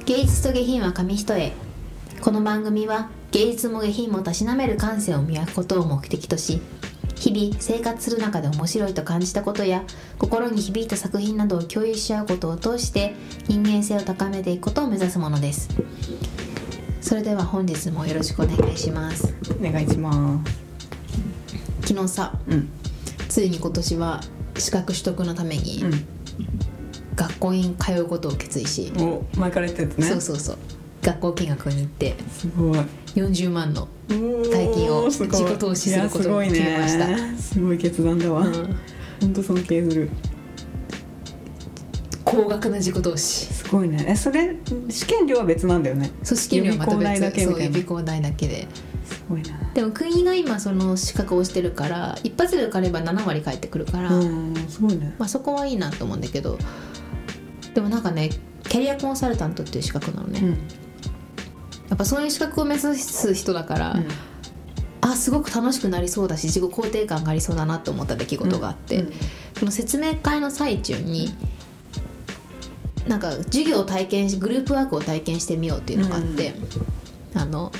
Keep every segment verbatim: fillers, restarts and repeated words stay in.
芸術と下品は紙一重。この番組は芸術も下品もたしなめる感性を磨くことを目的とし、日々生活する中で面白いと感じたことや心に響いた作品などを共有し合うことを通して人間性を高めていくことを目指すものです。それでは本日もよろしくお願いします。 お願いします。 昨日さ、うん、ついに今年は資格取得のために、うん、学校に通うことを決意し、 お前から言ったやつね。 そうそうそう、学校見学に行ってすごいよんじゅうまんの大金を自己投資することを決めました。 すごいね、すごい決断だわ、うん、ほんと尊敬する。 高額な自己投資すごいね。え、それ試験料は別なんだよね。 そう、試験料はまた別。 予備校代だけみたいな。 そう、予備校代だけで。 すごいな。 でも国が今その資格をしてるから一発で受かればななわり返ってくるから、 うん、すごいね。 まあ、そこはいいなと思うんだけど、でもなんかね、キャリアコンサルタントっていう資格なのね、うん、やっぱそういう資格を目指す人だから、うん、あ、すごく楽しくなりそうだし自己肯定感がありそうだなと思った出来事があって、うんうん、その説明会の最中になんか授業を体験しグループワークを体験してみようっていうのがあって、うん、あの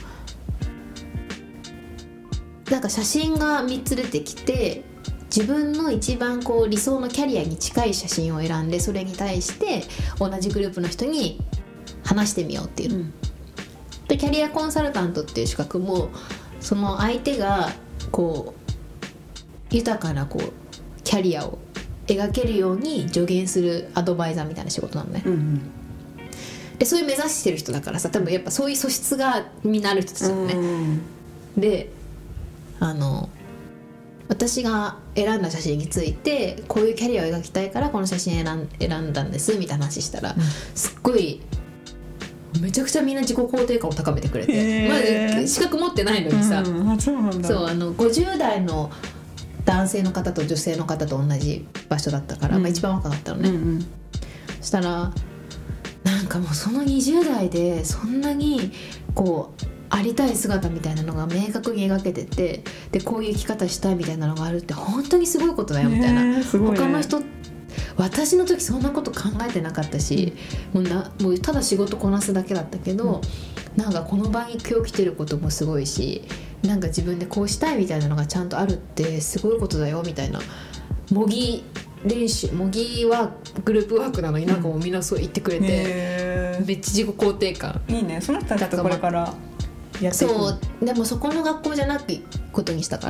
なんか写真がみっつ出てきて自分の一番こう理想のキャリアに近い写真を選んでそれに対して同じグループの人に話してみようっていう、うん、でキャリアコンサルタントっていう資格もその相手がこう豊かなこうキャリアを描けるように助言するアドバイザーみたいな仕事なのね、うんうん、でそういう目指してる人だからさ、多分やっぱそういう素質がになる人たちだよね、うん、であの私が選んだ写真についてこういうキャリアを描きたいからこの写真選ん、選んだんですみたいな話したら、うん、すっごいめちゃくちゃみんな自己肯定感を高めてくれて、まあ、資格持ってないのにさ、 うん、あ、そうなんだ。 そう、あのごじゅう代の男性の方と女性の方と同じ場所だったから、うんまあ、一番若かったのね、うんうん、そしたらなんかもうそのにじゅう代でそんなにこうありたい姿みたいなのが明確に描けてて、でこういう生き方したいみたいなのがあるって本当にすごいことだよみたいな、ね、すごいね、他の人私の時そんなこと考えてなかったし、もうなもうただ仕事こなすだけだったけど、うん、なんかこの場に今日来てることもすごいし、なんか自分でこうしたいみたいなのがちゃんとあるってすごいことだよみたいな、模擬練習模擬はグループワークなのになんかもうみんなそう言ってくれて、うん、めっちゃ自己肯定感いいね。その人たちとこれからやっていく。 そうでもそこの学校じゃなくことにしたから、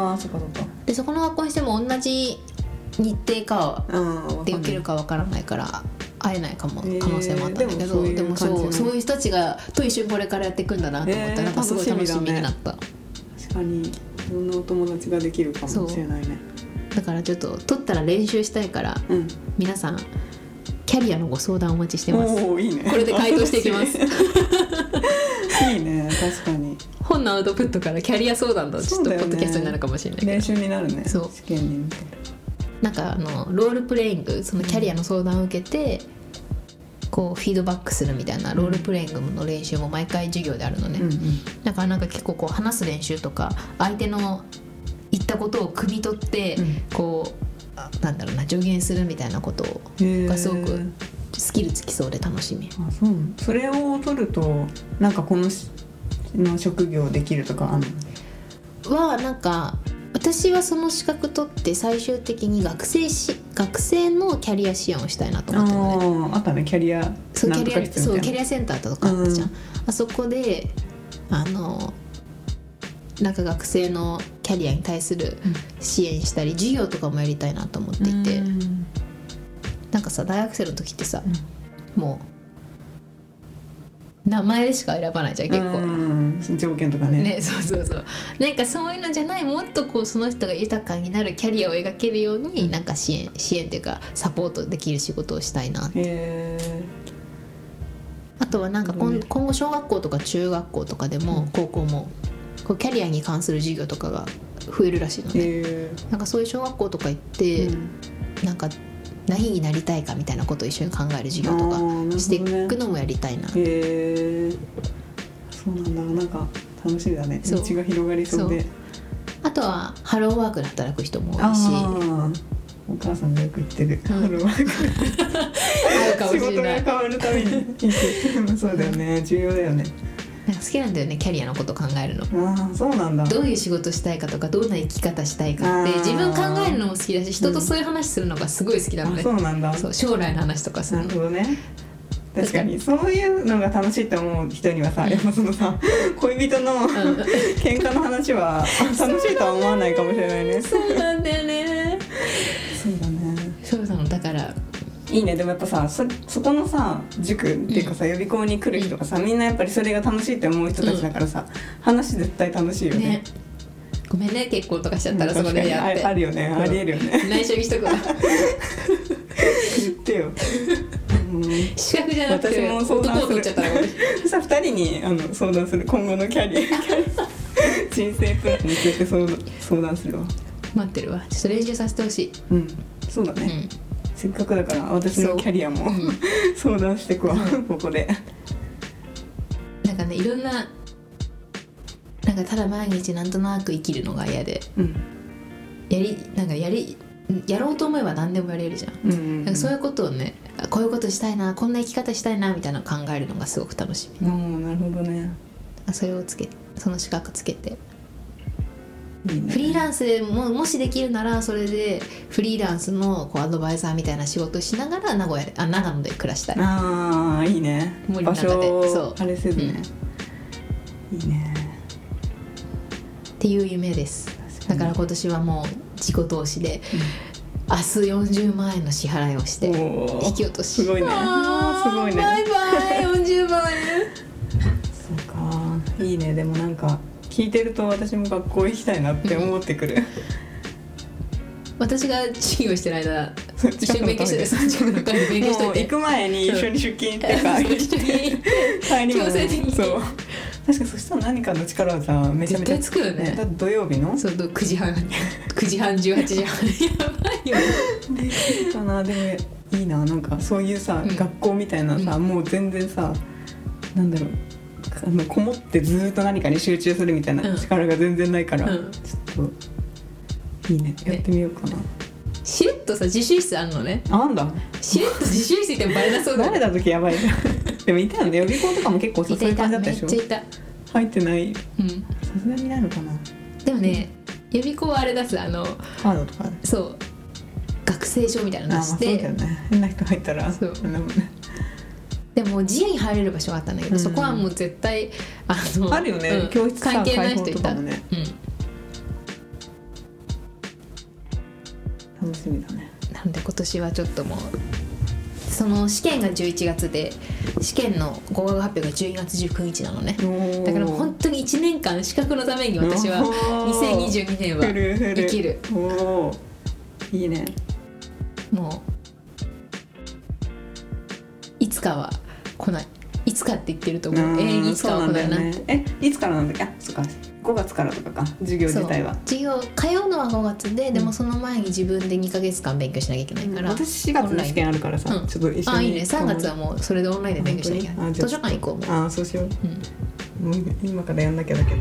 あ、そっかそっか。 でそこの学校にしても同じ日程かで受けるかわからないから会えないかも、可能性もあったんだけど、でもそうそういう人たちがと一緒にこれからやっていくんだなと思ったら、なんかすごい楽しみになった。 確かにいろんなお友達ができるかもしれないね。 だからちょっと取ったら練習したいから、うん、皆さんキャリアのご相談お待ちしてます。 おー、いいね。 これで回答していきますいいね、確かに。 本のアウトプットからキャリア相談とちょっとポッドキャストになるかもしれないけど、 練習になるね。 そう、 試験に向けてなんかあのロールプレイング、そのキャリアの相談を受けて、うん、こうフィードバックするみたいなロールプレイングの練習も毎回授業であるのね、うんうん、だからなんか結構こう話す練習とか相手の言ったことを汲み取って、うん、こうなんだろうな助言するみたいなことがすごくスキルつきそうで楽しみ。 あ、そう。それを取るとなんかこのの職業できるとかあるのは、なんか私はその資格取って最終的に学生し学生のキャリア支援をしたいなと思ってるのね。 ああったね、キャリアそうキャリアそうキャリアセンターとかあったじゃん、うん、あそこであのなんか学生のキャリアに対する支援したり、うん、授業とかもやりたいなと思っていて、うん、なんかさ大学生の時ってさ、うん、もう名前でしか選ばないじゃん結構、うん、 条件とかね。 ね、そうそうそう。なんかそういうのじゃない、もっとこうその人が豊かになるキャリアを描けるように、うん、なんか支援支援っていうかサポートできる仕事をしたいなって。 へー。 あとはなんか今、うん、今後小学校とか中学校とかでも、うん、高校もこうキャリアに関する授業とかが増えるらしいので、なんかそういう小学校とか行って、うん、なんか何になりたいかみたいなことを一緒に考える授業とかしていくのもやりたいな。 へー、そうなんだ。なんか楽しみだね。道が広がりそうで。 あとはハローワークで働く人も多いし、 お母さんがよく言ってる、 うん、 ハローワークあるかもしれない。 仕事が変わるためにそうだよね、重要だよね。 なんか好きなんだよね、キャリアのこと考えるの。 ああ、そうなんだ。 どういう仕事したいかとか、どんな生き方したいかって自分考えるのも好きだし、人とそういう話するのがすごい好きなのね、 うん、あ、そうなんだ。 そう、将来の話とかするの。 なるほどね。確かにそういうのが楽しいと思う人にはさ、やっぱそのさ、恋人の、うん、喧嘩の話は楽しいとは思わないかもしれないね。 そうなんだよね。 そうだね。 そうなの。だからいいね。でもやっぱさ、 そ, そこのさ塾っていうかさ、予備校に来る人がさ、みんなやっぱりそれが楽しいって思う人たちだからさ、うん、話絶対楽しいよね。ね、 ごめんね、結婚とかしちゃったらそこでやって。 あ, あるよね、ありえるよね。 内緒にしとくわ。 言ってよ。 資格じゃなくて私も相談する。 男を取っちゃったらさ、ふたりにあの相談する。今後のキャリア人生プランについて相談相談するわ。 待ってるわ。ちょっと練習させてほしい。 うん、そうだね、うん、せっかくだから私のキャリアも、うん、相談してくわ、うん、ここで。 なんかね、いろんな、なんかただ毎日なんとなく生きるのが嫌で、うん、やりなんかやりやろうと思えば何でもやれるじゃん。うんうんうん、なんかそういうことをね、こういうことしたいな、こんな生き方したいなみたいなのを考えるのがすごく楽しみ。 ああ、なるほどね。 それをつけその資格つけていいね。 フリーランスでももしできるなら、それでフリーランスのこうアドバイザーみたいな仕事をしながら名古屋であ長野で暮らしたい。 ああ、いいね。 森の中で場所そうあれせずね、うん、いいねっていう夢です。だから今年はもう自己投資で、うん、明日よんじゅうまんえんの支払いをして引き落とし。 すごいね。すごいね。 バイバイ。よんじゅうまんえん。 そうか、いいね。でもなんか聞いてると私も学校行きたいなって思ってくる。うん、 私が授業してる間一緒に勉強してて、その近くの会で勉強しといて、 もう行く前に一緒に出勤っていうか、一緒に帰りも強制的に。 そう。確かにそしたら何かの力はさ、めちゃめちゃ絶対つくよね。 だって土曜日のそうくじはんくじはんじゅうはちじはんやばいよね。 できるかな。でもいいな、なんかそういうさ、うん、学校みたいなさ、うん、もう全然さ、なんだろう、あのこもってずっと何かに集中するみたいな力が全然ないから、うん、ちょっといいね、やってみようかな。 しれっとさ、自習室あるのね。 あ、なんだ。 しれっと自習室ってバレなそうだね。 バレた時やばいじゃん。でもいたよね、予備校とかも結構そういう感じだったでしょ。 めっちゃいた。 入ってない。 うん。さすがになるかな。 でもね、予備校はあれ出す、あのカードとか。 そう。学生証みたいなの出して。 あ、まあ、そうだよね。変な人入ったら。そう。なんだもんね。 でも自由に入れる場所があったんだけど、うん、そこはもう絶対あのあるよね、うん、教室関係ない人いた。 ね、うん、楽しみだね。 なので今年はちょっともうその試験がじゅういちがつで、試験の合格発表がじゅうにがつじゅうくにちなのね。だから本当にいちねんかん資格のために私はにせんにじゅうにねんは生きる。 おー、いいね。 もういつかは来ない。いつかって言ってると思う。永遠にいつかは来ないなって。 え、いつからなんだっけ。あ、そうか、ごがつからとかか、授業自体は。 授業通うのはごがつで、うん、でもその前に自分でにかげつかん勉強しなきゃいけないから、うん、 私しがつの試験あるからさ、うん、ちょっと一緒に。 あ、いいね。さんがつはもうそれでオンラインで勉強しなきゃいけない。図書館行こう。 あ、そうしよう、うん、もう今からやんなきゃだけど、うん、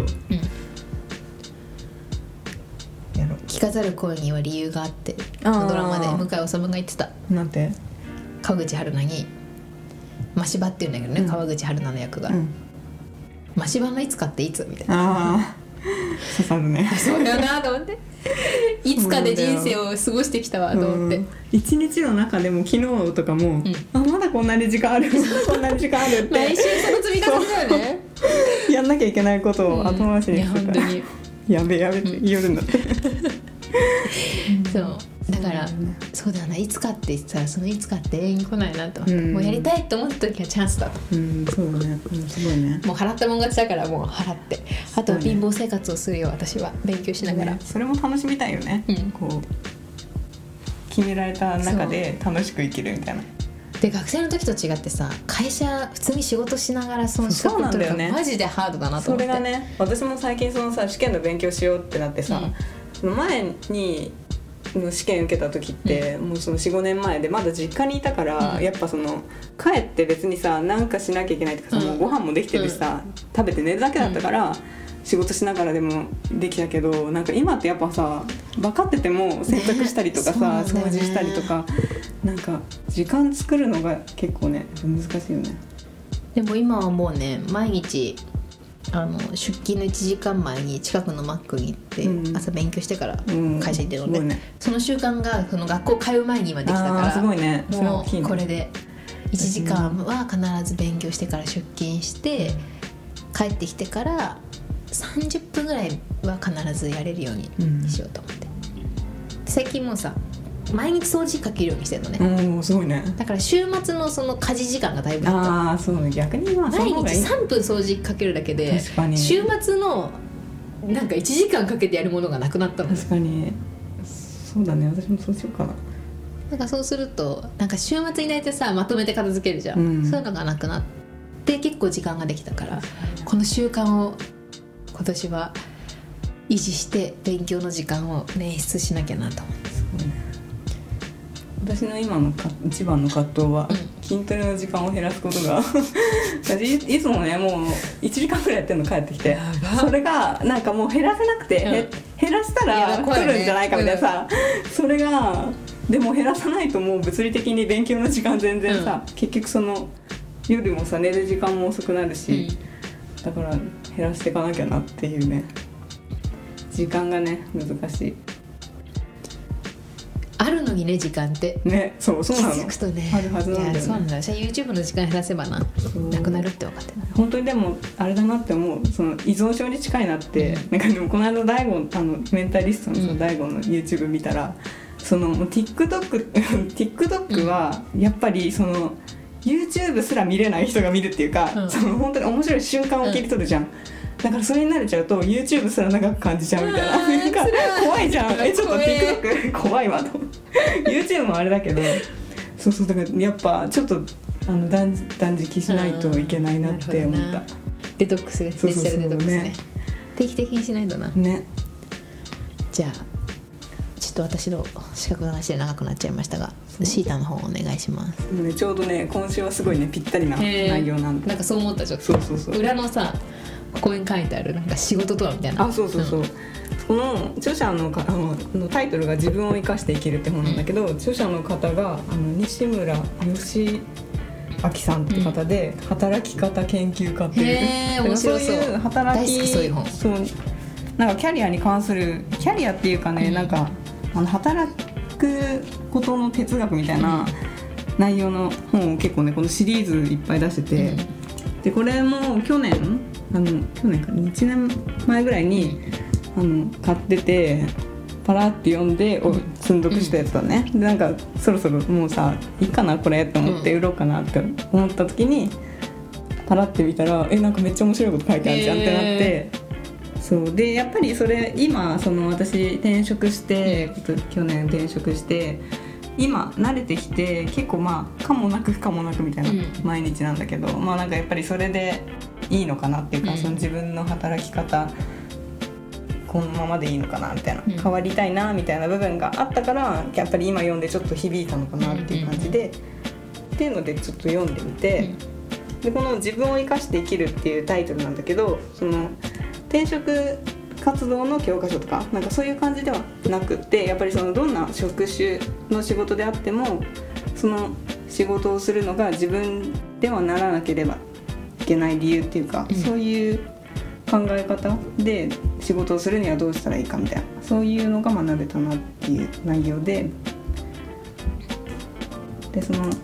やろう。 聞かざる声には理由があって、ドラマで向井理が言ってた。 なんて。 川口春奈に真柴っていうんだけどね、うん、川口春奈の役が、うん、真柴のいつかっていつみたいな。 ああ、刺さるね。 そうだなと思って。いつかで人生を過ごしてきたわと思って、 一日の中でも昨日とかも、うん、あ、まだこんなに時間あるこんなに時間あるって毎週その積み重ねだよね。 やんなきゃいけないことを後回しにしてたら、うん、いや本当にやべやべって言うんだって、 うん、そうだから、そうだな、いつかって言ったらそのいつかって永遠に来ないなと思って、うん、もうやりたいと思った時はチャンスだと。 うん、そうだね、うん、すごいね。 もう払ったもん勝ちだから、もう払って、あとは貧乏生活をするよ、私は勉強しながら、 ね、それも楽しみたいよね、うん、こう決められた中で楽しく生きるみたいな。 で、学生の時と違ってさ、会社普通に仕事しながらその資格取るのがマジでハードだなと思って。 それがね、私も最近そのさ、試験の勉強しようってなってさ、うん、その前にの試験受けた時って、うん、もうその よん,ご 年前でまだ実家にいたから、うん、やっぱその帰って別にさ、なんかしなきゃいけないとかさ、うん、もうご飯もできてるしさ、うん、食べて寝るだけだったから、うん、仕事しながらでもできたけど、なんか今ってやっぱさ、 分かってても洗濯したりとかさ、ね、掃除したりとかなんか時間作るのが結構ね難しいよね。 でも今はもうね毎日あの出勤のいちじかんまえに近くのマックに行って、うん、朝勉強してから会社行ってるので、うんね、その習慣がその学校通う前に今できたからすごいね。 もうこれでいちじかんは必ず勉強してから出勤して、うん、帰ってきてからさんじゅっぷんぐらいは必ずやれるようにしようと思って、うん、最近もうさ毎日掃除かけるようにしてるのね。 うんすごいね。 だから週末のその家事時間がだいぶ減った。 ああそうね。逆にまあ毎日さんぷん掃除かけるだけで週末のなんかいちじかんかけてやるものがなくなったの。 確かにそうだね。私もそうしようかな。 なんかそうするとなんか週末に大体さまとめて片付けるじゃん、うん、そういうのがなくなって結構時間ができたからこの習慣を今年は維持して勉強の時間を捻出しなきゃなと思って。 すごいね。私の今のか一番の葛藤は、うん、筋トレの時間を減らすことがい, いつもねもういちじかんくらいやってるの帰ってきてそれがなんかもう減らせなくて、うん、減らしたら来るんじゃないかみたいなさ、うん、それがでも減らさないともう物理的に勉強の時間全然さ、うん、結局その夜もさ寝る時間も遅くなるし、うん、だから減らしていかなきゃなっていうね時間がね難しい。 あるのにね時間ってね。そうそうなの。 気づくとねあるはずなんだよね。 いやそうなんだ。じゃあ YouTube の時間減らせばななくなるって分かってる。 本当にでもあれだなって思う。その依存症に近いなって、うん、なんかでもこの間大悟あのメンタリストのその大悟の YouTube 見たら、うん、その TikTok TikTok はやっぱりその YouTube すら見れない人が見るっていうか、うん、その本当に面白い瞬間を切り取るじゃん、うん、だからそれに慣れちゃうと YouTube すら長く感じちゃうみたいな、なんか怖いじゃん。えちょっと TikTok 怖いわとYouTube もあれだけどそうそうだからやっぱちょっとあの 断, 断食しないといけないなって思った。 デトックスがデジタルデトックスね。定期的にしないとなね。 じゃあちょっと私の資格の話で長くなっちゃいましたがシータの方お願いします。 でもねちょうどね今週はすごいねぴったりな内容なんでなんかそう思った。ちょっとそうそうそう裏のさここに書いてあるなんか仕事とはみたいな。 あそうそうそう、うん、この著者 の, あのタイトルが自分を生かして生きるって本なんだけど、うん、著者の方があの西村義明さんって方で、うん、働き方研究家っていう、 へー面白そう。 そういう働き大好きそういう本。 そうなんかキャリアに関するキャリアっていうかね、うん、なんかあの働くことの哲学みたいな内容の本を結構ねこのシリーズいっぱい出してて、うん、でこれも去年あの去年かいちねんまえぐらいにあの買っててパラって読んで積んどくしたやつだね、うん、でなんかそろそろもうさいいかなこれって思って売ろうかなって思った時にパラって見たらえなんかめっちゃ面白いこと書いてあるじゃんってなって、そうでやっぱりそれ今その私転職して、うん、去年転職して今慣れてきて結構まあかもなく不可もなくみたいな毎日なんだけど、うん、まあなんかやっぱりそれでいいのかなっていうか、うん、その自分の働き方このままでいいのかなみたいな、うん、変わりたいなみたいな部分があったからやっぱり今読んでちょっと響いたのかなっていう感じで、うん、っていうのでちょっと読んでみて、うん、でこの自分を生かして生きるっていうタイトルなんだけどその転職活動の教科書とかなんかそういう感じではなくってやっぱりそのどんな職種の仕事であってもその仕事をするのが自分ではならなければいけない理由っていうか、うん、そういう考え方で仕事をするにはどうしたらいいかみたいなそういうのが学べたなっていう内容で、でその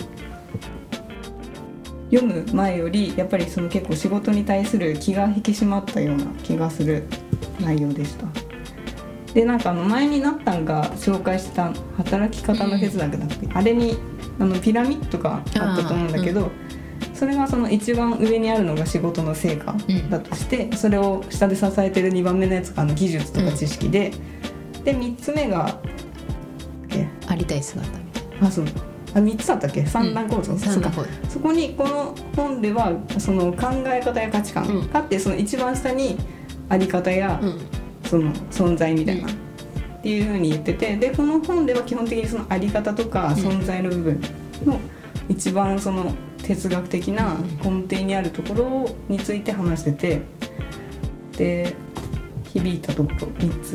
読む前よりやっぱりその結構仕事に対する気が引き締まったような気がする内容でした。でなんかあの前になったんが紹介した働き方の哲学だっけ、うん、あれにあのピラミッドがあったと思うんだけど、うん、それがその一番上にあるのが仕事の成果だとして、うん、それを下で支えてるにばんめのやつがあの技術とか知識で、うん、でみっつめがありたい姿みたいな。 あそうあみっつだったっけ三段構造、うん、そ, そこにこの本ではその考え方や価値観があって、うん、その一番下にあり方や、うん、その存在みたいな、うん、っていう風に言ってて、でこの本では基本的にそのあり方とか存在の部分の一番その哲学的な根底にあるところについて話してて、で響いたところみっつ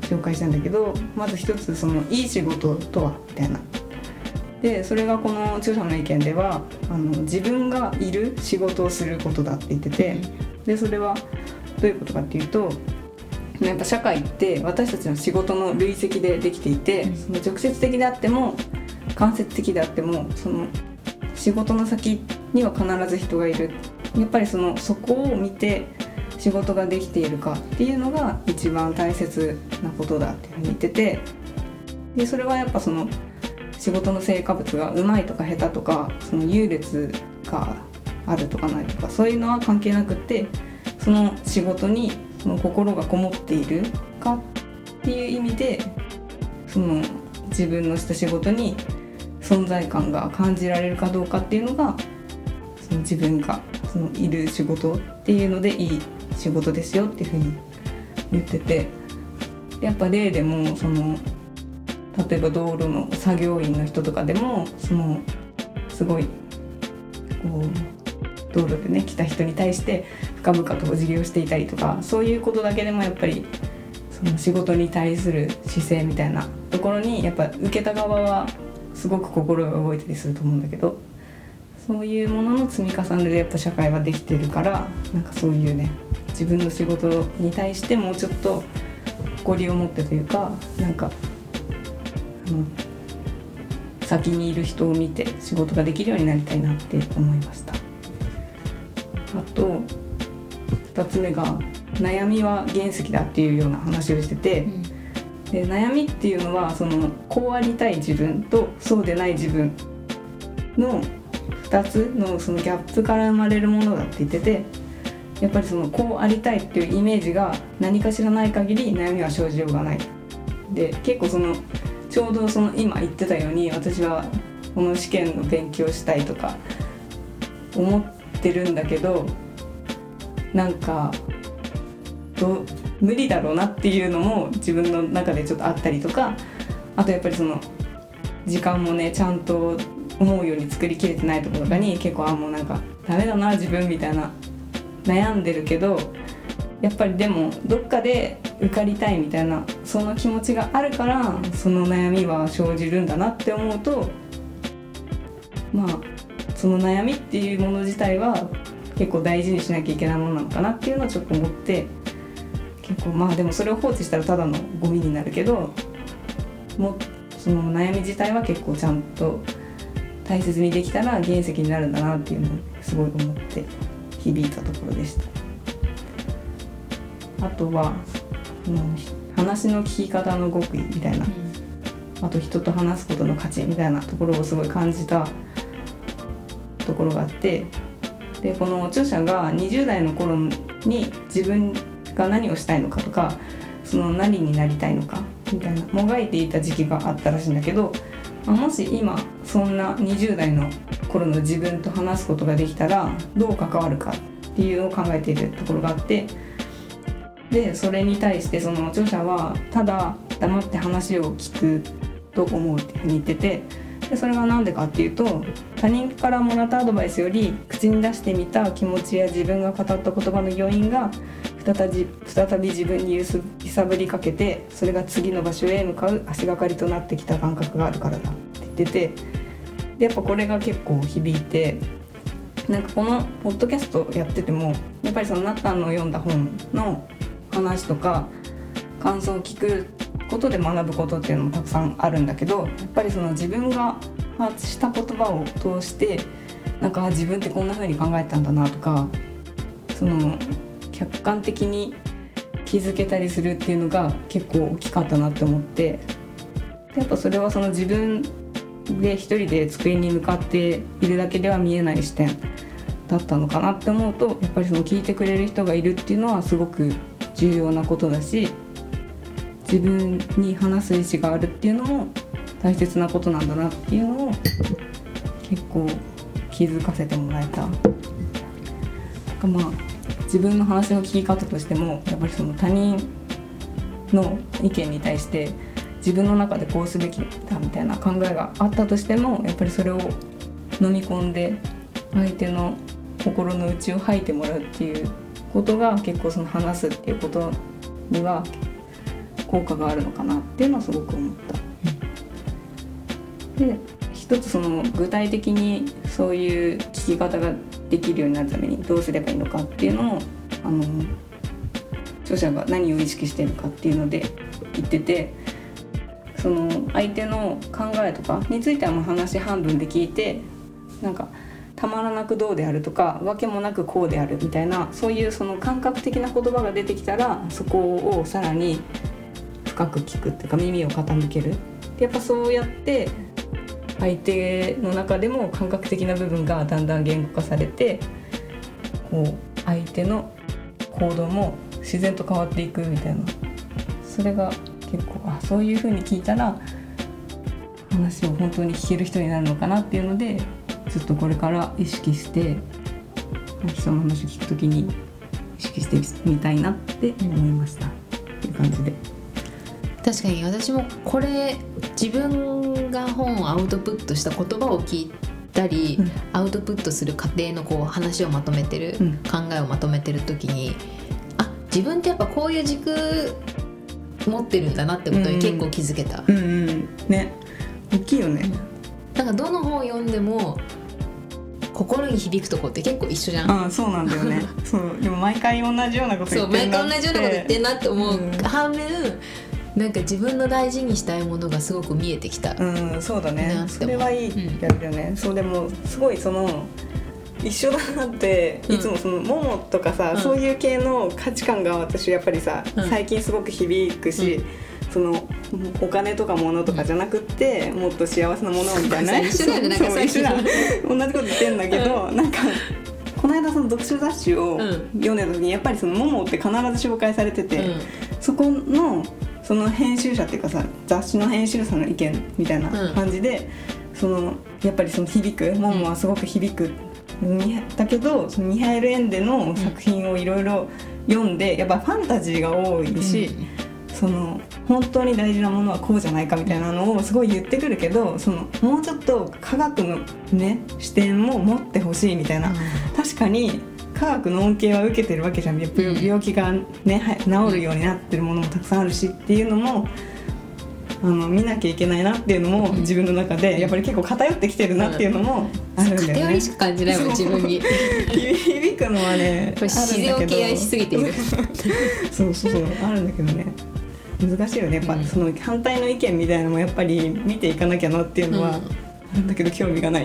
紹介したんだけど、まず一つそのいい仕事とはみたいな。でそれがこの著者の意見ではあの自分がいる仕事をすることだって言ってて、でそれはどういうことかっていうと、やっぱ社会って私たちの仕事の累積でできていて、その直接的であっても間接的であってもその仕事の先には必ず人がいる。やっぱりそのそこを見て仕事ができているかっていうのが一番大切なことだっていうふうに言ってて、でそれはやっぱその仕事の成果物がうまいとか下手とかその優劣があるとかないとかそういうのは関係なくって、その仕事にその心がこもっているかっていう意味でその自分のした仕事に存在感が感じられるかどうかっていうのがその自分がそのいる仕事っていうのでいい仕事ですよっていうふうに言ってて、やっぱ例でもその例えば道路の作業員の人とかでもそのすごいこう道路でね来た人に対して深々とお辞儀をしていたりとか、そういうことだけでもやっぱりその仕事に対する姿勢みたいなところにやっぱ受けた側はすごく心が動いたりすると思うんだけど、そういうものの積み重ねでやっぱ社会はできてるから、なんかそういうね自分の仕事に対してもうちょっと誇りを持ってというか、なんかあの先にいる人を見て仕事ができるようになりたいなって思いました。あとふたつめが悩みは原石だっていうような話をしてて、うん、で悩みっていうのはそのこうありたい自分とそうでない自分のふたつのそのギャップから生まれるものだって言ってて、やっぱりそのこうありたいっていうイメージが何かしらない限り悩みは生じようがない。で結構そのちょうどその今言ってたように私はこの試験の勉強したいとか思ってるんだけど、なんかど無理だろうなっていうのも自分の中でちょっとあったりとか、あとやっぱりその時間もねちゃんと思うように作りきれてないところとかに結構あもうなんかダメだな自分みたいな悩んでるけど、やっぱりでもどっかで受かりたいみたいなその気持ちがあるからその悩みは生じるんだなって思うと、まあその悩みっていうもの自体は結構大事にしなきゃいけないものなのかなっていうのをちょっと思って、結構まあでもそれを放置したらただのゴミになるけど、もその悩み自体は結構ちゃんと大切にできたら原石になるんだなっていうのをすごい思って響いたところでした。あとは話の聞き方の極意みたいな、あと人と話すことの価値みたいなところをすごい感じたところがあって、でこの著者がにじゅう代の頃に自分が何をしたいのかとかその何になりたいのかみたいなもがいていた時期があったらしいんだけど、もし今そんなにじゅう代の頃の自分と話すことができたらどう関わるかっていうのを考えているところがあって、でそれに対してその著者はただ黙って話を聞くと思うっていうふうに言ってて、でそれが何でかっていうと、他人からもらったアドバイスより口に出してみた気持ちや自分が語った言葉の余韻が再び、再び自分に揺さぶりかけて、それが次の場所へ向かう足がかりとなってきた感覚があるからだって言ってて、でやっぱこれが結構響いて、なんかこのポッドキャストやっててもやっぱりそのナッタンの読んだ本の話とか感想を聞くことで学ぶことっていうのもたくさんあるんだけど、やっぱりその自分が発した言葉を通してなんか自分ってこんな風に考えたんだなとか、その客観的に気づけたりするっていうのが結構大きかったなって思って、やっぱそれはその自分で一人で机に向かっているだけでは見えない視点だったのかなって思うと、やっぱりその聞いてくれる人がいるっていうのはすごく重要なことだし、自分に話す意思があるっていうのも大切なことなんだなっていうのを結構気づかせてもらえた。なんかまあ自分の話の聞き方としてもやっぱりその他人の意見に対して自分の中でこうすべきだみたいな考えがあったとしても、やっぱりそれを飲み込んで相手の心の内を吐いてもらうっていうことが結構その話すっていうことには効果があるのかなっていうのはすごく思った、うん、で一つその具体的にそういう聞き方ができるようになるためにどうすればいいのかっていうのをあの著者が何を意識しているかっていうので言ってて、その相手の考えとかについてはもう話半分で聞いて、なんかたまらなくどうであるとかわけもなくこうであるみたいな、そういうその感覚的な言葉が出てきたらそこをさらに深く聞くっていうか耳を傾ける。でやっぱそうやって相手の中でも感覚的な部分がだんだん言語化されて、こう相手の行動も自然と変わっていくみたいな、それが結構あそういう風に聞いたら話を本当に聞ける人になるのかなっていうので、ずっとこれから意識して人の話を聞くときに意識してみたいなって思いましたっていう感じで。 確かに私もこれ自分が本をアウトプットした言葉を聞いたり、うん、アウトプットする過程のこう話をまとめてる、うん、考えをまとめてる時に、あ自分ってやっぱこういう軸持ってるんだなってことに結構気づけた、 うんうんうん、ね大きいよね。 なんかどの本を読んでも心に響くとこって結構一緒じゃん。 あそうなんだよねそうでも毎回同じようなこと言ってんなってそう毎回同じようなこと言ってんなって思う、うん、反面なんか自分の大事にしたいものがすごく見えてきた。 うんそうだね、それはいいやるよね、うん、そうでもすごいその一緒だなっていつもそのモモとかさ、うん、そういう系の価値観が私やっぱりさ、うん、最近すごく響くし、うん、そのお金とか物とかじゃなくって、うん、もっと幸せなものみたいな一緒だよね、なんか最近同じこと言ってんだけど、うん、なんかこの間その読書雑誌を読んでた時にやっぱりそのモモって必ず紹介されてて、うん、そこのその編集者っていうかさ雑誌の編集者の意見みたいな感じで、うん、そのやっぱりその響くモモはすごく響く、うん、だけどそのミハエル・エンデの作品をいろいろ読んでやっぱファンタジーが多いし、うん、その本当に大事なものはこうじゃないかみたいなのをすごい言ってくるけど、そのもうちょっと科学の、ね、視点も持ってほしいみたいな、うん、確かに科学の恩恵は受けてるわけじゃん。病気が、ね、治るようになってるものもたくさんあるしっていうのもあの見なきゃいけないなっていうのも自分の中でやっぱり結構偏ってきてるなっていうのもあるんだよね。 偏りしか感じないもん自分に響くのはね自然を敬愛しすぎているそうそうそうあるんだけどね、難しいよねやっぱ、うん、その反対の意見みたいなのもやっぱり見ていかなきゃなっていうのはあるんだけど興味がない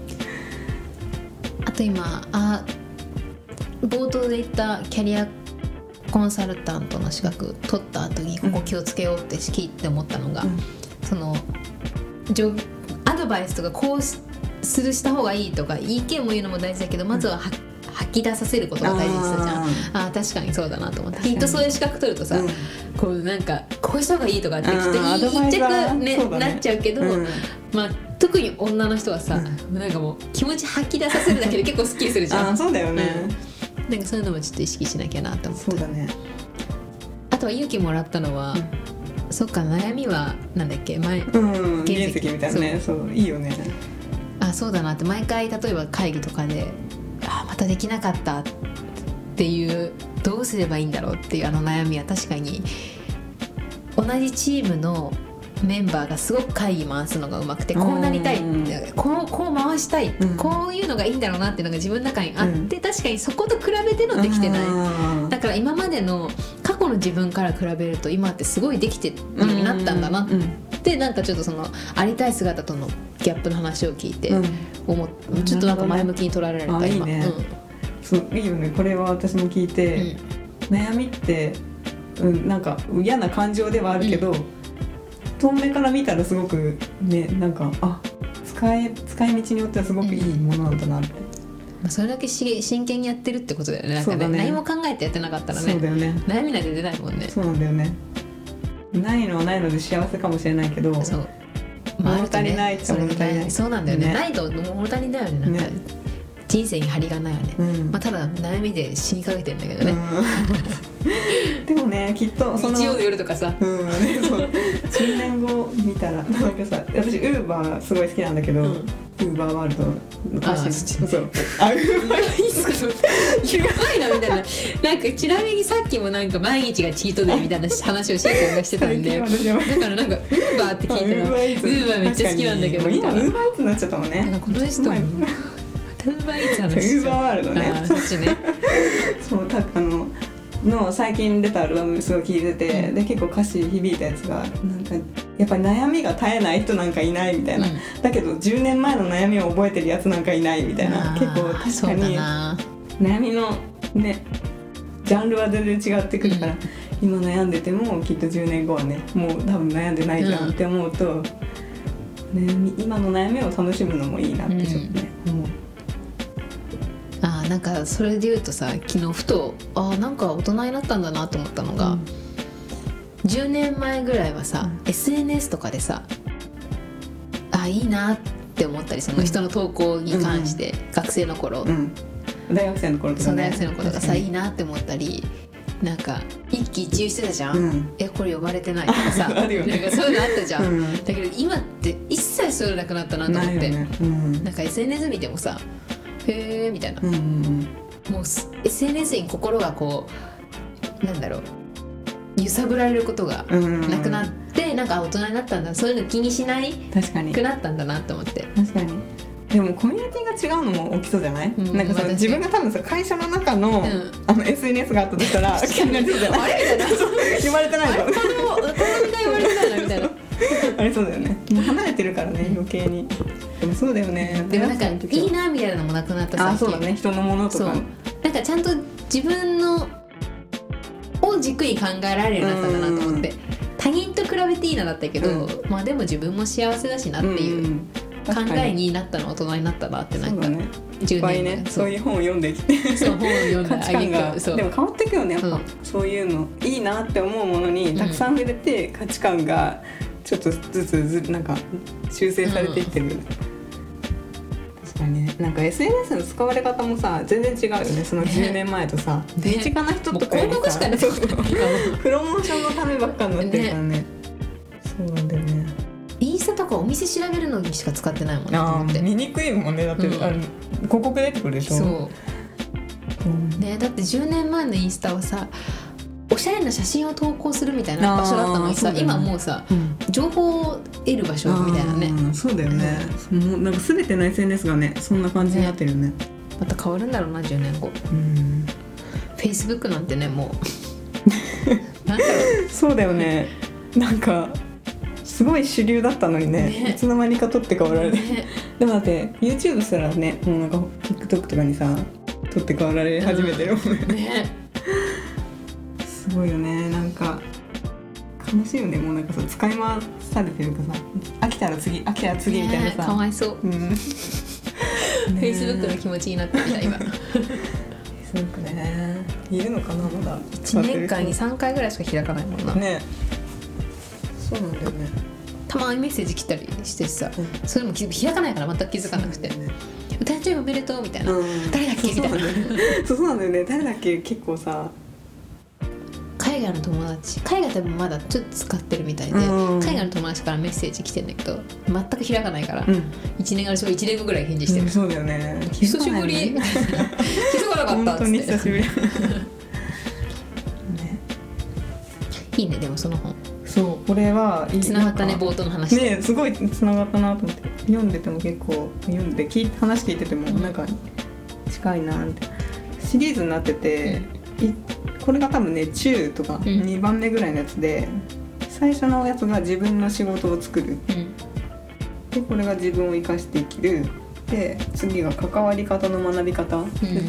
あと今あ冒頭で言ったキャリアコンサルタントの資格取った後にここ気をつけようって聞いて思ったのが、うん、そのアドバイスとかこうするした方がいいとか意見も言うのも大事だけど、まずは吐き出させることが大事にするじゃん。ああ確かにそうだなと思って、きっとそういう資格取るとさ、うん、こうなんかこうした方がいいとかってきっと言っちゃく、ねね、なっちゃうけど、うん、まあ特に女の人はさ、うん、なんかもう気持ち吐き出させるだけで結構スッキリするじゃん。 あそうだよね、 うん、なんかそういうのもちょっと意識しなきゃなと思って。 そうだね。 あとは勇気もらったのは、うん、そっか悩みはなんだっけ前、 うん、原石みたいなね。そう、そういいよね。 あそうだなって毎回例えば会議とかであまたできなかったっていうどうすればいいんだろうっていうあの悩みは確かに同じチームのメンバーがすごく会議回すのがうまくてこうなりたいってこう、こう回したい、うん、こういうのがいいんだろうなっていうのが自分の中にあって、うん、確かにそこと比べてのできてない。だから今までの過去の自分から比べると今ってすごいできてるようになったんだなってなんかちょっとそのありたい姿とのギャップの話を聞いて思っ、うん、ちょっとなんか前向きに捉えられた、 ね、今。いいね、うん、そういいよね。これは私も聞いて、うん、悩みって、うん、なんか嫌な感情ではあるけど、うん遠目から見たらすごくねなんかあ使い使い道によってはすごくいいものなんだなって、 うん、それだけし真剣にやってるってことだよね。なんかね、ね何も考えてやってなかったらね、 そうだよね悩みなんて出ないもんね。 そうなんだよね。ないのはないので幸せかもしれないけどそう物足りないって物足りない。 そうなんだよね、ねないと物足りないよねなんかね人生に張りがないよね、うんまあ、ただ悩みで死にかけてるんだけどね、 うん、でもねきっとその日曜の夜とかさ、 うんね、そうじゅうねんご見たらなんかさ私ウーバーすごい好きなんだけど、うん、 ウーバーワールドの歌詞あそうあウーバーいいっすかそれやばいなみたいな。なんかちなみにさっきもなんか毎日がチートデーみたいな話をシェイ君がしてたんでだからなんかウーバーって聞いたらウーバーめっちゃ好きなんだけどみたいな。 今ウーバーイーツになっちゃったもんね。 なんかこの人もウーバーイーツ話ウーバーワールドね。 あそっちねそうたあのの最近出たアルバムすごい聴いてて、うん、で結構歌詞響いたやつがなんかやっぱり悩みが絶えない人なんかいないみたいな、うん、だけどじゅうねんまえの悩みを覚えてるやつなんかいないみたいな、結構確かに悩みのねジャンルは全然違ってくるから、うん、今悩んでてもきっとじゅうねんごはねもう多分悩んでないじゃんって思うと、うん、ね、今の悩みを楽しむのもいいなってちょっとね、うん、思う。 あなんかそれで言うとさ昨日ふとあなんか大人になったんだなと思ったのが、うん、じゅうねんまえぐらいはさ、うん、エスエヌエス とかでさあいいなって思ったりその人の投稿に関して、うん、学生の頃、うん、 大学生の頃とか、ね、 その大学生の頃とかさいいなって思ったりなんか一喜一憂してたじゃん、うん、えこれ呼ばれてないとかさあるよ、ね、なんかそういうのあったじゃん、うん、だけど今って一切そういうのなくなったなと思って、ね、うん、なんか エスエヌエス 見てもさへーみたいな、うんうんうん、もう エスエヌエス に心がこうなんだろう揺さぶられることがなくなって、うんうん、なんか大人になったんだそういうの気にしないくなったんだなって思って確かにでもコミュニティが違うのも大きそうじゃない、うん、なんかその自分が多分さ会社の中の、うん、あの エスエヌエス があったとしたら気になりそうじゃないあれみたいな言われてないの子供が言われてないのみたいなあれそうだよねもう離れてるからね余計にでもそうだよねでもなんかいいなみたいなのもなくなったさあそうだね人のものとかなんかちゃんと自分のを軸に考えられるようになったんだなと思って他人と比べていいなだったけど、うん、まあでも自分も幸せだしなっていう、うん考えになったの大人になったなってなんかじゅうねん、ね、そういう本を読んできてそう本を読んで価値観がでも変わってくよねやっぱ、うん、そういうのいいなって思うものにたくさん触れて、うん、価値観がちょっとずつずなんか修正されていってるよね、うん、確かにねなんか エスエヌエス の使われ方もさ全然違うよねそのじゅうねんまえとさ、ね、身近な人とかよりさプロモーションのためばっかになってるからね、ね、そうなんだよねインスタとかお店調べるのにしか使ってないもんねあ見にくいもんねだって、うん、あの広告出てくるでしょそう、うんね、だってじゅうねんまえのインスタはさおしゃれな写真を投稿するみたいな場所だったのにさ、ね、今もうさ、うん、情報を得る場所みたいなねそうだよね、うん、もうなんか全ての エスエヌエス がねそんな感じになってるよね、ねまた変わるんだろうなじゅうねんご、うん、Facebook なんてねもうなんだろうそうだよねなんかすごい主流だったのに ね, ねいつの間にか取って代わられる、ね、でもだって YouTube すらねもうなんか TikTok とかにさ取って代わられ始めてるもんね、うん、ねすごいよねなんか悲しいよねもうなんかさ使い回されてるかさ飽きたら次飽きたら次みたいなさ、 ね、かわいそう、うん、Facebook の気持ちになってきた今 Facebook ねいるのかなまだいちねんかんにさんかいぐらいしか開かないもんなねそうなんだよねたまにメッセージ来たりしてさ、うん、それも開かないから全く気づかなくて「歌っちゃいおめでとう」みたいな、うん、誰だっけみたいなそうなんだよね誰だっけ結構さ海外の友達海外でもまだちょっと使ってるみたいで、うん、海外の友達からメッセージ来てんだけど全く開かないから、うん、いちねんがいちねんごぐらい返事してる、うん、 そうだよね久しぶり気づかなかったっつって本当に久しぶりね、いいねでもその本そうこれはいいつながったね冒頭の話ねすごいつながったなと思って読んでても結構読んで聞い話聞いててもなんか近いなってシリーズになってて、うん、これが多分ね中とかにばんめぐらいのやつで、うん、最初のやつが自分の仕事を作る、うん、でこれが自分を生かして生きるで次が関わり方の学び方、うん、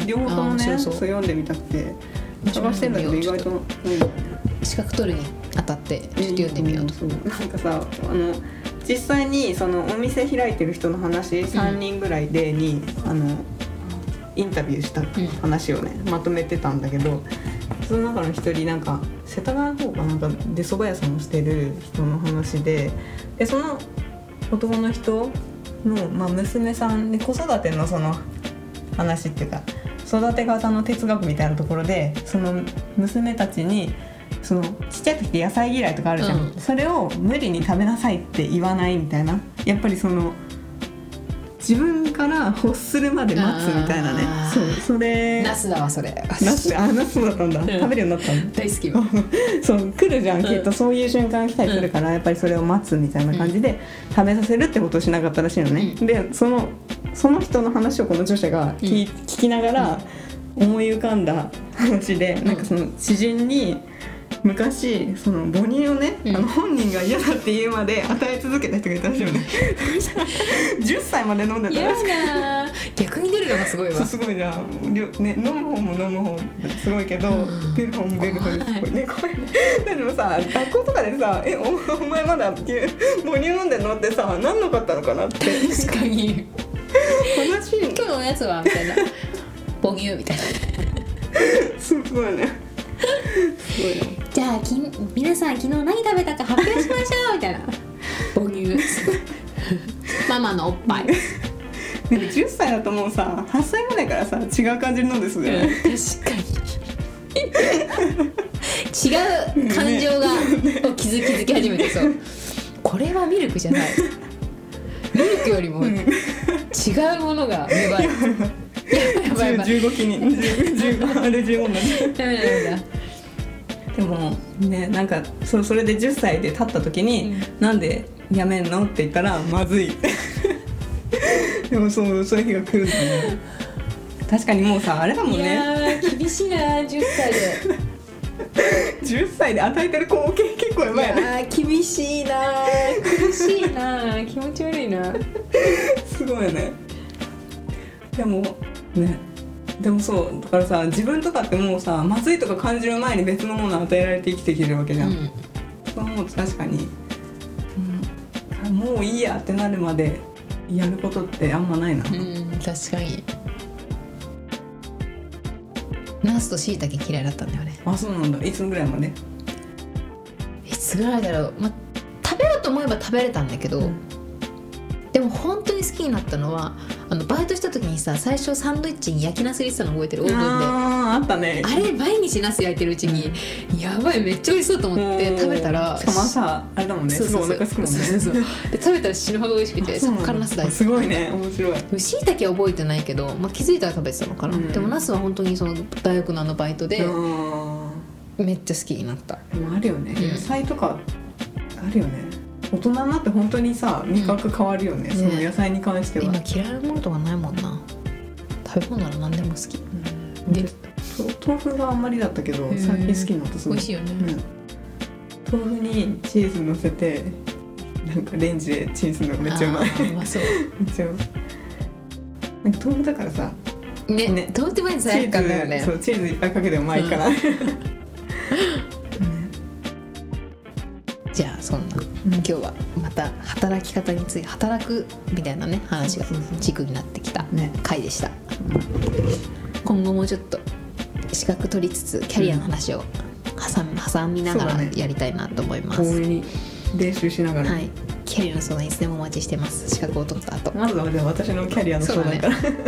両方ともねそうそうそう読んでみたくて探してんだけど意外と、うん、 資格取るにあたってちょっと読んでみようと、 うん、なんかさあの実際にそのお店開いてる人の話さんにんぐらいでに、うん、あのインタビューした話をね、うん、まとめてたんだけどその中の一人なんか世田谷の方かなんかで蕎麦屋さんをしてる人の話ででその男の人の、まあ、娘さんで子育てのその話っていうか育て方の哲学みたいなところでその娘たちにそのちっちゃい時って野菜嫌いとかあるじゃん、うん、それを無理に食べなさいって言わないみたいなやっぱりその自分から欲するまで待つみたいなね。そうそれナスだわそれ。 ナスあナスだったんだ、うん、食べるようになったんだ。 大好きよそう来るじゃん、うん、きっとそういう瞬間が来たりするから、うん、やっぱりそれを待つみたいな感じで食べさせるってことをしなかったらしいのね、うん、でそのその人の話をこの著者が聞、うん、聞きながら思い浮かんだ話で、うん、なんかその知人に昔その母乳をね、うん、あの本人が嫌だって言うまで与え続けた人がいたらしいよねじゅっさいまで飲んでたらしい。 嫌だ逆に出るのがすごいわ。 そうすごいじゃん、ね、飲む方も飲む方もすごいけど、うん、出る方も出る方ですごいね怖いね。でもさ学校とかでさえ お, お前まだ母乳飲んでんのってさなんのかったのかなって確かに話今日のおやつはみたいな母乳みたいなすごいねすごいね。 じゃあき皆さん昨日何食べたか発表しましょうみたいな母乳ママのおっぱいでもじゅっさいだともうさはっさいぐらいからさ違う感じに飲んですよね、 うん、確かに違う感情が、ね、気づ気づき始めてそうこれはミルクじゃないミルクよりも違うものが芽生えるやばいやばいじゅうごきにじゅうごあれじゅうごになっちゃう。ダメだダメだ。でもねなんか そ, それでじゅっさいで経った時に、うん、なんでやめんのって言ったらまずいでもそうそういう日が来るんだね。確かにもうさあれだもんね。いや厳しいなじゅっさいでじゅっさいで与えてる光景結構やばいね。 いや厳しいな苦しいな気持ち悪いなすごいね。でもねでもそうだからさ自分とかってもうさまずいとか感じる前に別のものを与えられて生きてきてるわけじゃん、うん、そう思うと確かに、うん、もういいやってなるまでやることってあんまないな。 うん確かにナスと椎茸嫌いだったんだよね。 あそうなんだ。いつぐらいまで？ いつぐらいだろう、ま、食べようと思えば食べれたんだけど、うん、でも本当に好きになったのはあのバイトした時にさ最初サンドイッチに焼きナス入れてたの覚えてる？オーブンで。 ああったね。 あれ毎日ナス焼いてるうちに、うん、やばいめっちゃ美味しそうと思って食べたらしかも朝あれだもんね。そうそうそうすごいお腹すくもんね。そうそうそうで食べたら死ぬほど美味しくてそっからナス大好き。 すごいね面白い。 椎茸は覚えてないけど、まあ、気づいたら食べてたのかな、うん、でもナスは本当にその大学のあのバイトでめっちゃ好きになった。 でもあるよね、うん、野菜とかあるよね。大人になって本当にさ味覚変わるよね、うん、その野菜に関しては、 ね、今嫌いなものとかないもんな。食べ物なら何でも好き、うん、で豆腐があんまりだったけど最近好きになった。すごい美味しいよね、 うん、豆腐にチーズ乗せてなんかレンジでチンするのがめっちゃうまい。あ、まあ、そうめっちゃうまい。なんか豆腐だからさね、ね豆腐って毎日最悪感だよね。 そうチーズいっぱいかけてもまあいいかな、うん、 じゃあそんな、うん、今日はまた働き方について働くみたいなね話が軸になってきた回でした、ね、今後もちょっと資格取りつつキャリアの話を挟み、挟みながらやりたいなと思います。 多めに練習しながら、 はい、キャリアの相談いつでもお待ちしてます。資格を取った後まずは私のキャリアの相談から、ね、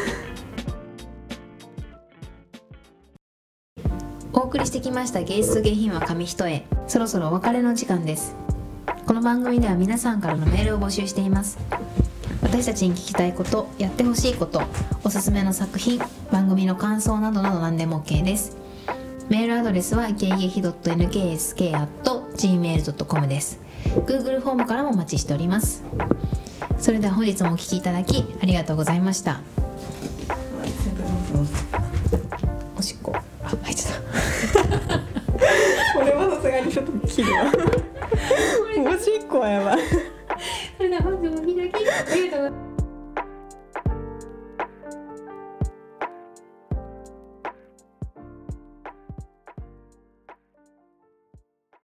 お送りしてきました芸術下品は紙一重、そろそろお別れの時間です。この番組では皆さんからのメールを募集しています。私たちに聞きたいこと、やってほしいこと、おすすめの作品、番組の感想などなど何でも OK です。メールアドレスは ゲイゲヒ ドット エヌケーエスケー アット ジーメール ドット コム です。 Google フォームからもお待ちしております。それでは本日もお聞きいただきありがとうございました。おしっこあ入っちゃったこれはさすがにちょっと切るわおしっこはやばい。 それでは本日もお聞きいただきありがとうございました。